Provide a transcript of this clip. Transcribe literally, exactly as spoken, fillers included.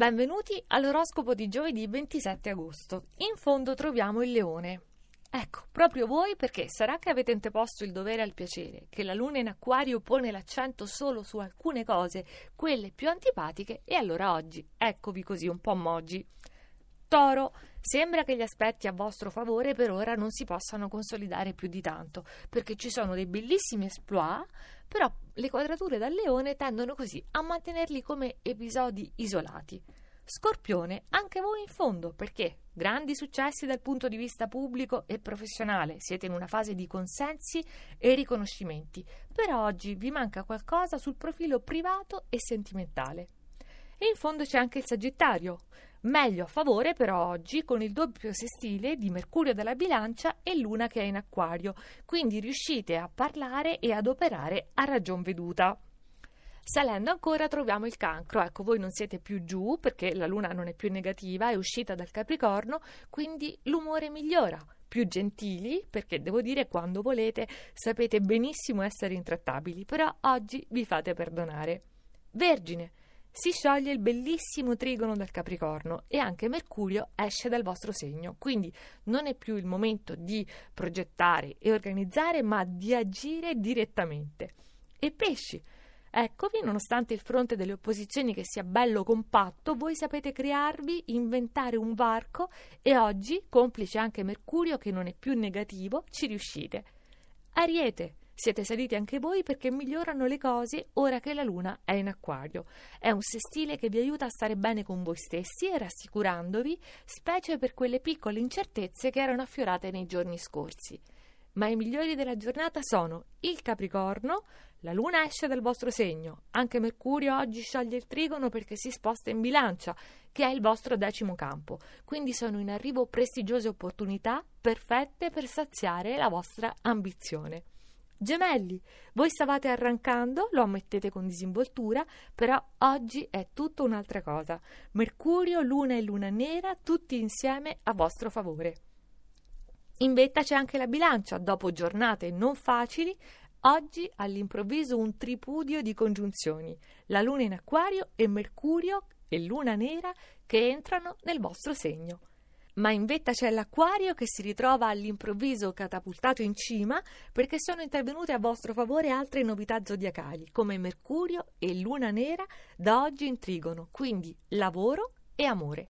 Benvenuti all'oroscopo di giovedì ventisette agosto. In fondo troviamo il leone. Ecco, proprio voi, perché sarà che avete anteposto il dovere al piacere, che la luna in acquario pone l'accento solo su alcune cose, quelle più antipatiche, e allora oggi eccovi così un po' moggi. Toro, sembra che gli aspetti a vostro favore per ora non si possano consolidare più di tanto, perché ci sono dei bellissimi exploit, però le quadrature dal leone tendono così a mantenerli come episodi isolati. Scorpione, anche voi in fondo, perché grandi successi dal punto di vista pubblico e professionale, siete in una fase di consensi e riconoscimenti, però oggi vi manca qualcosa sul profilo privato e sentimentale. E in fondo c'è anche il Sagittario, meglio a favore però oggi con il doppio sestile di Mercurio della Bilancia e Luna che è in Acquario, quindi riuscite a parlare e ad operare a ragion veduta. Salendo ancora troviamo il Cancro, ecco voi non siete più giù perché la Luna non è più negativa, è uscita dal Capricorno, quindi l'umore migliora. Più gentili, perché devo dire quando volete sapete benissimo essere intrattabili, però oggi vi fate perdonare. Vergine, si scioglie il bellissimo trigono del Capricorno e anche Mercurio esce dal vostro segno, quindi non è più il momento di progettare e organizzare, ma di agire direttamente. E Pesci, eccovi, nonostante il fronte delle opposizioni che sia bello compatto, voi sapete crearvi, inventare un varco e oggi, complice anche Mercurio che non è più negativo, ci riuscite. Ariete, siete saliti anche voi perché migliorano le cose ora che la Luna è in Acquario. È un sestile che vi aiuta a stare bene con voi stessi e rassicurandovi, specie per quelle piccole incertezze che erano affiorate nei giorni scorsi. Ma i migliori della giornata sono il Capricorno, la Luna esce dal vostro segno, anche Mercurio oggi scioglie il trigono perché si sposta in Bilancia, che è il vostro decimo campo, quindi sono in arrivo prestigiose opportunità perfette per saziare la vostra ambizione. Gemelli, voi stavate arrancando, lo ammettete con disinvoltura, però oggi è tutto un'altra cosa. Mercurio, Luna e Luna nera, tutti insieme a vostro favore. In vetta c'è anche la Bilancia, dopo giornate non facili, oggi all'improvviso un tripudio di congiunzioni, la Luna in Acquario e Mercurio e Luna nera che entrano nel vostro segno. Ma in vetta c'è l'Acquario che si ritrova all'improvviso catapultato in cima perché sono intervenute a vostro favore altre novità zodiacali come Mercurio e Luna nera da oggi in trigono, quindi lavoro e amore.